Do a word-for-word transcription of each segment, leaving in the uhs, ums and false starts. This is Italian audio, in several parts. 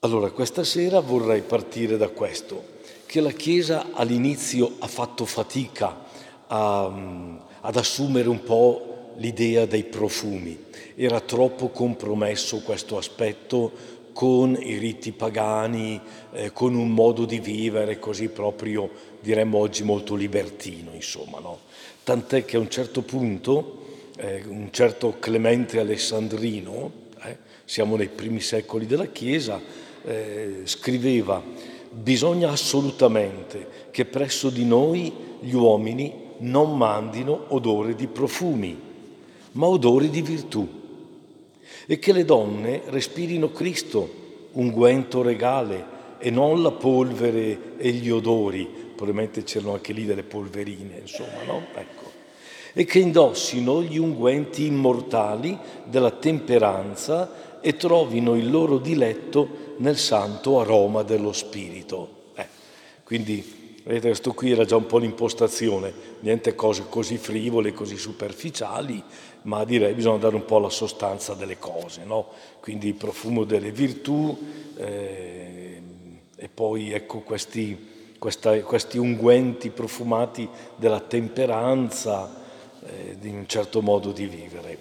Allora, questa sera vorrei partire da questo, che la Chiesa all'inizio ha fatto fatica a, ad assumere un po' l'idea dei profumi. Era troppo compromesso questo aspetto con i riti pagani, eh, con un modo di vivere così proprio, diremmo oggi, molto libertino, insomma, no? Tant'è che a un certo punto eh, un certo Clemente Alessandrino, eh, siamo nei primi secoli della Chiesa, eh, scriveva: bisogna assolutamente che presso di noi gli uomini non mandino odore di profumi, ma odore di virtù, e che le donne respirino Cristo, unguento regale, e non la polvere e gli odori. Probabilmente c'erano anche lì delle polverine, insomma, no? Ecco. E che indossino gli unguenti immortali della temperanza e trovino il loro diletto nel santo aroma dello Spirito. Eh, quindi, vedete, questo qui era già un po' l'impostazione, niente cose così frivole, così superficiali, ma direi bisogna dare un po' la sostanza delle cose, no? Quindi il profumo delle virtù eh, e poi ecco questi, questa, questi unguenti profumati della temperanza, eh, di un certo modo di vivere.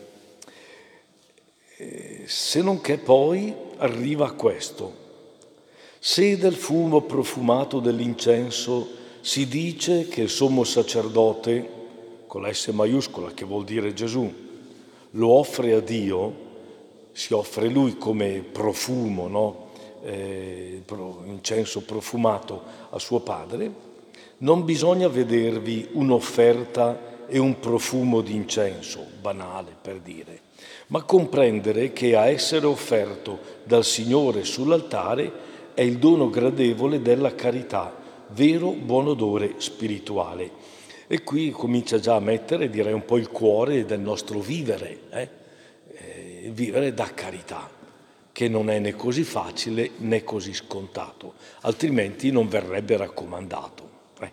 Eh, se non che poi arriva a questo: se del fumo profumato dell'incenso si dice che il sommo sacerdote, con la S maiuscola, che vuol dire Gesù, lo offre a Dio, si offre lui come profumo, no? Eh, incenso profumato a suo Padre, non bisogna vedervi un'offerta e un profumo di incenso, banale per dire, ma comprendere che a essere offerto dal Signore sull'altare è il dono gradevole della carità, vero buon odore spirituale. E qui comincia già a mettere, direi, un po' il cuore del nostro vivere, eh? Eh, vivere da carità, che non è né così facile né così scontato, altrimenti non verrebbe raccomandato. Eh.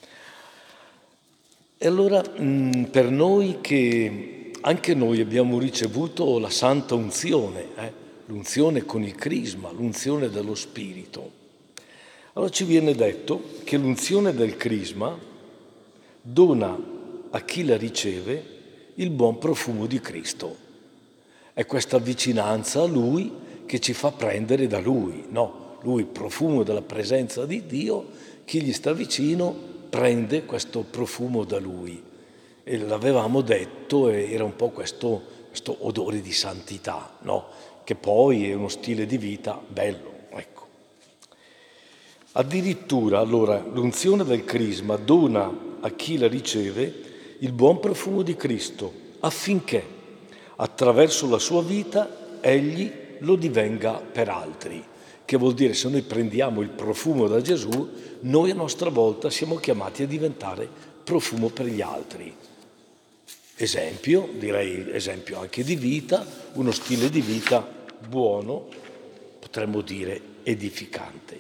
E allora mh, per noi che anche noi abbiamo ricevuto la santa unzione, eh? l'unzione con il crisma, l'unzione dello Spirito, allora ci viene detto che l'unzione del crisma dona a chi la riceve il buon profumo di Cristo. È questa vicinanza a Lui che ci fa prendere da Lui, no? Lui, il profumo della presenza di Dio, chi gli sta vicino prende questo profumo da Lui. E l'avevamo detto, era un po' questo, questo odore di santità, no? Che poi è uno stile di vita bello, ecco. Addirittura, allora, l'unzione del crisma dona a chi la riceve il buon profumo di Cristo, affinché attraverso la sua vita egli lo divenga per altri. Che vuol dire, se noi prendiamo il profumo da Gesù, noi a nostra volta siamo chiamati a diventare profumo per gli altri. Esempio, direi esempio anche di vita, uno stile di vita buono, potremmo dire edificante.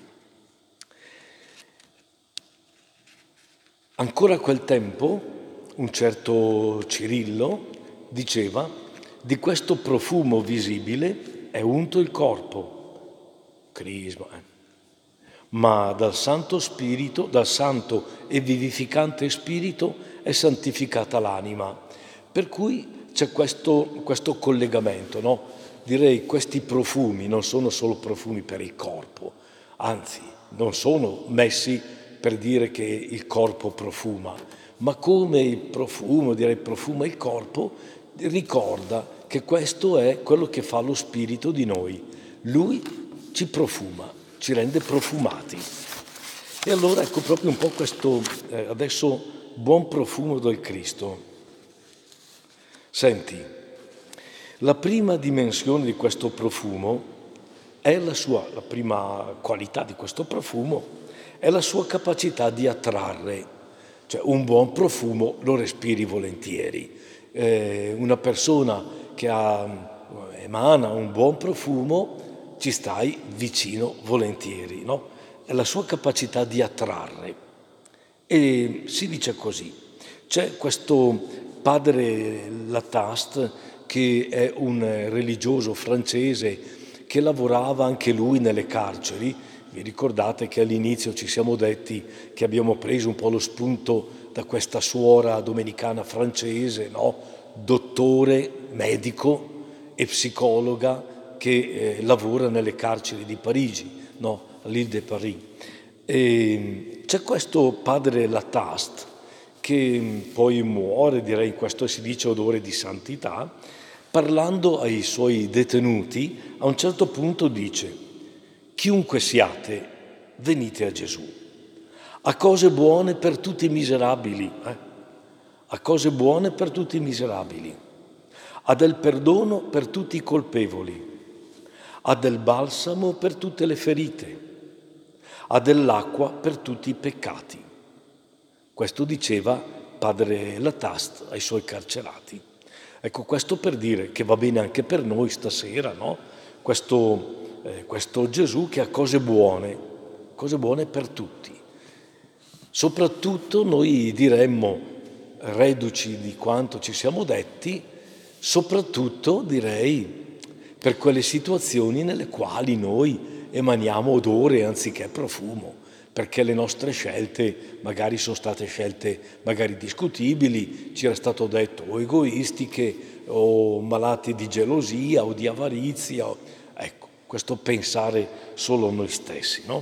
Ancora a quel tempo, un certo Cirillo diceva: di questo profumo visibile è unto il corpo, crisma, eh. ma dal Santo Spirito, dal Santo e vivificante Spirito è santificata l'anima. Per cui c'è questo, questo collegamento, no? Direi questi profumi non sono solo profumi per il corpo, anzi non sono messi per dire che il corpo profuma, ma come il profumo, direi profuma il corpo, ricorda che questo è quello che fa lo Spirito di noi. Lui ci profuma, ci rende profumati. E allora ecco proprio un po' questo eh, adesso buon profumo del Cristo. Senti, la prima dimensione di questo profumo è la sua, la prima qualità di questo profumo è la sua capacità di attrarre. Cioè un buon profumo lo respiri volentieri. Eh, una persona che ha, emana un buon profumo ci stai vicino volentieri, no? È la sua capacità di attrarre. E si dice così: c'è questo padre Lataste, che è un religioso francese che lavorava anche lui nelle carceri. Vi ricordate che all'inizio ci siamo detti che abbiamo preso un po' lo spunto da questa suora domenicana francese, no? Dottore, medico e psicologa che eh, lavora nelle carceri di Parigi, no? L'Île de Paris. E c'è questo padre Lataste che poi muore, direi in questo si dice odore di santità, parlando ai suoi detenuti, a un certo punto dice: chiunque siate, venite a Gesù, a cose buone per tutti i miserabili, eh? a cose buone per tutti i miserabili, ha del perdono per tutti i colpevoli, ha del balsamo per tutte le ferite, ha dell'acqua per tutti i peccati. Questo diceva padre Lataste ai suoi carcerati. Ecco, questo per dire che va bene anche per noi stasera, no? Questo, eh, questo Gesù che ha cose buone, cose buone per tutti. Soprattutto noi diremmo, reduci di quanto ci siamo detti, soprattutto direi per quelle situazioni nelle quali noi emaniamo odore anziché profumo, perché le nostre scelte magari sono state scelte magari discutibili, ci era stato detto o egoistiche o malati di gelosia o di avarizia. Ecco, questo pensare solo a noi stessi, no?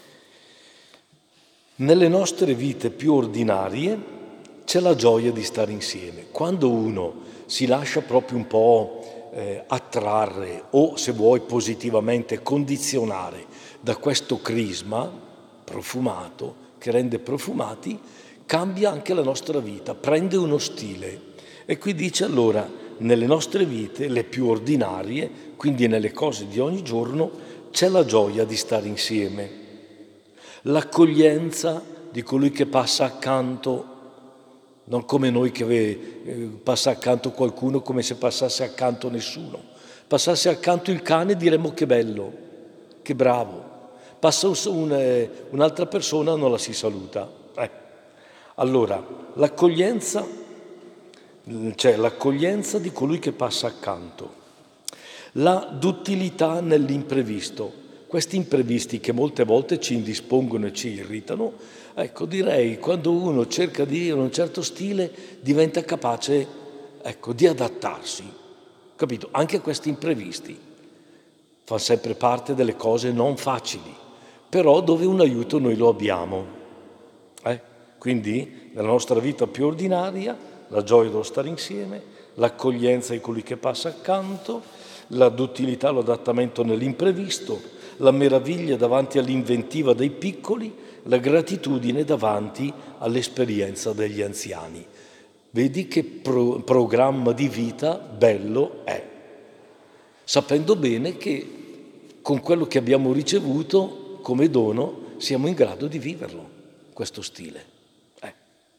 Nelle nostre vite più ordinarie c'è la gioia di stare insieme. Quando uno si lascia proprio un po' eh, attrarre o, se vuoi, positivamente condizionare da questo crisma profumato, che rende profumati, cambia anche la nostra vita, prende uno stile. E qui dice allora, nelle nostre vite, le più ordinarie, quindi nelle cose di ogni giorno, c'è la gioia di stare insieme, l'accoglienza di colui che passa accanto, non come noi che eh, passa accanto qualcuno come se passasse accanto nessuno. Passasse accanto il cane diremmo che bello, che bravo. Passa un, un, eh, un'altra persona non la si saluta. Eh. Allora, l'accoglienza, cioè l'accoglienza di colui che passa accanto, la duttilità nell'imprevisto, questi imprevisti che molte volte ci indispongono e ci irritano, ecco, direi quando uno cerca di dire un certo stile diventa capace, ecco, di adattarsi, capito? Anche a questi imprevisti fa sempre parte delle cose non facili, però dove un aiuto noi lo abbiamo. Eh? Quindi nella nostra vita più ordinaria la gioia dello stare insieme, l'accoglienza di colui che passa accanto, la duttilità, l'adattamento nell'imprevisto, la meraviglia davanti all'inventiva dei piccoli, la gratitudine davanti all'esperienza degli anziani. Vedi che pro- programma di vita bello è, sapendo bene che con quello che abbiamo ricevuto come dono siamo in grado di viverlo, questo stile. Eh.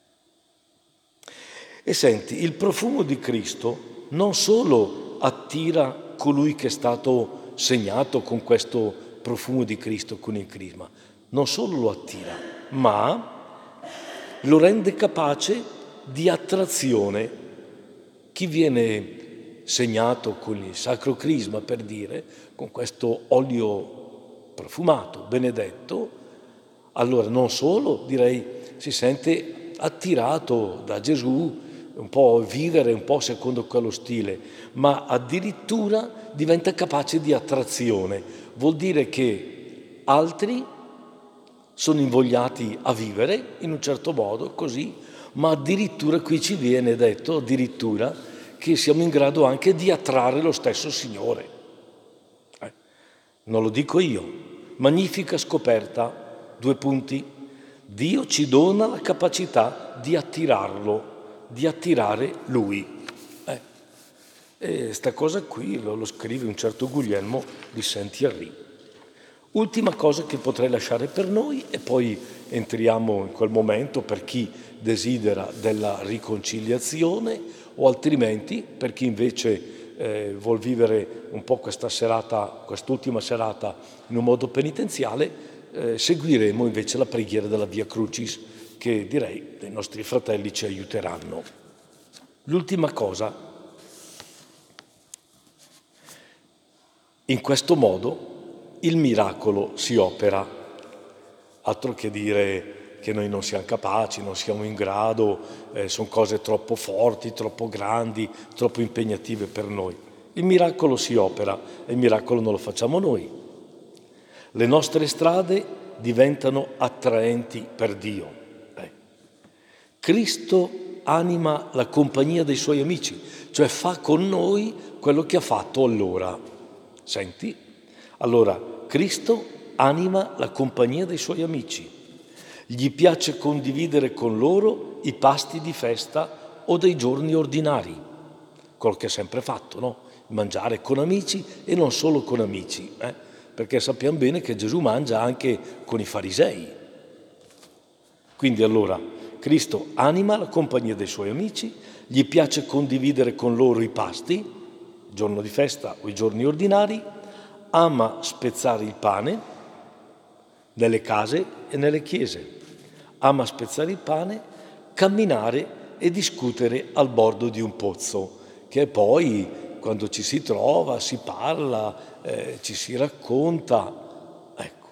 E senti, il profumo di Cristo non solo attira colui che è stato segnato con questo profumo di Cristo, con il crisma, non solo lo attira, ma lo rende capace di attrazione. Chi viene segnato con il sacro crisma, per dire, con questo olio profumato, benedetto, allora non solo, direi, si sente attirato da Gesù, un po' vivere un po' secondo quello stile, ma addirittura diventa capace di attrazione. Vuol dire che altri sono invogliati a vivere in un certo modo, così, ma addirittura qui ci viene detto, addirittura, che siamo in grado anche di attrarre lo stesso Signore. Eh? Non lo dico io. Magnifica scoperta, due punti. Dio ci dona la capacità di attirarlo, di attirare Lui. Eh? E sta cosa qui lo, lo scrive un certo Guglielmo di Saint-Thierry. Ultima cosa che potrei lasciare per noi e poi entriamo in quel momento per chi desidera della riconciliazione o altrimenti per chi invece eh, vuol vivere un po' questa serata, quest'ultima serata in un modo penitenziale, eh, seguiremo invece la preghiera della Via Crucis che direi dei nostri fratelli ci aiuteranno. L'ultima cosa, In questo modo il miracolo si opera. Altro che dire che noi non siamo capaci, non siamo in grado, eh, sono cose troppo forti, troppo grandi, troppo impegnative per noi. Il miracolo si opera e il miracolo non lo facciamo noi. Le nostre strade diventano attraenti per Dio. Eh. Cristo anima la compagnia dei suoi amici, cioè fa con noi quello che ha fatto allora. Senti? Allora, Cristo anima la compagnia dei suoi amici. Gli piace condividere con loro i pasti di festa o dei giorni ordinari, quello che ha sempre fatto, no? Mangiare con amici e non solo con amici, eh? Perché sappiamo bene che Gesù mangia anche con i farisei. Quindi allora Cristo anima la compagnia dei suoi amici, gli piace condividere con loro i pasti, il giorno di festa o i giorni ordinari, ama spezzare il pane nelle case e nelle chiese, ama spezzare il pane, camminare e discutere al bordo di un pozzo, che poi quando ci si trova, si parla, eh, ci si racconta. Ecco,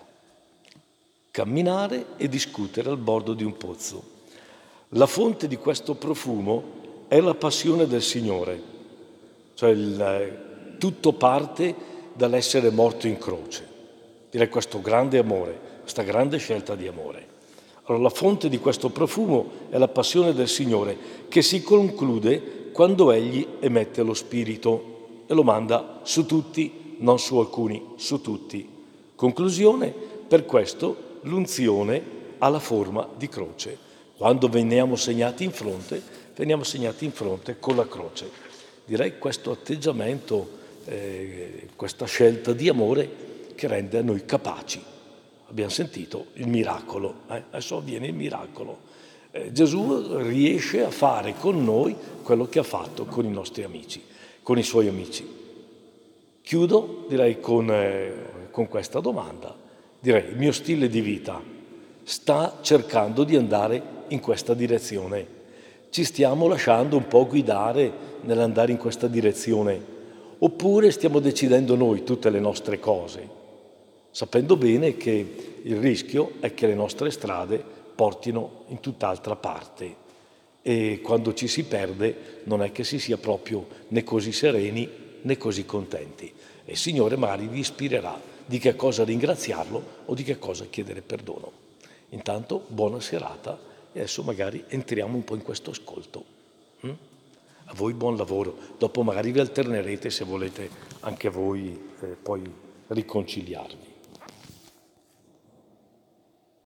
camminare e discutere al bordo di un pozzo. La fonte di questo profumo è la passione del Signore, cioè il, tutto parte dall'essere morto in croce. Direi questo grande amore, questa grande scelta di amore. Allora, la fonte di questo profumo è la passione del Signore, che si conclude quando Egli emette lo Spirito e lo manda su tutti, non su alcuni, su tutti. Conclusione, per questo l'unzione ha la forma di croce. Quando veniamo segnati in fronte, veniamo segnati in fronte con la croce. Direi questo atteggiamento, eh, questa scelta di amore che rende a noi capaci. Abbiamo sentito il miracolo, eh? Adesso avviene il miracolo. Eh, Gesù riesce a fare con noi quello che ha fatto con i nostri amici, con i suoi amici. Chiudo, direi, con, eh, con questa domanda. Direi, il mio stile di vita sta cercando di andare in questa direzione. Ci stiamo lasciando un po' guidare nell'andare in questa direzione, oppure stiamo decidendo noi tutte le nostre cose, sapendo bene che il rischio è che le nostre strade portino in tutt'altra parte e quando ci si perde non è che si sia proprio né così sereni né così contenti. E il Signore magari vi ispirerà di che cosa ringraziarlo o di che cosa chiedere perdono. Intanto buona serata e adesso magari entriamo un po' in questo ascolto. Mm? A voi buon lavoro, dopo magari vi alternerete se volete anche voi eh, poi riconciliarvi.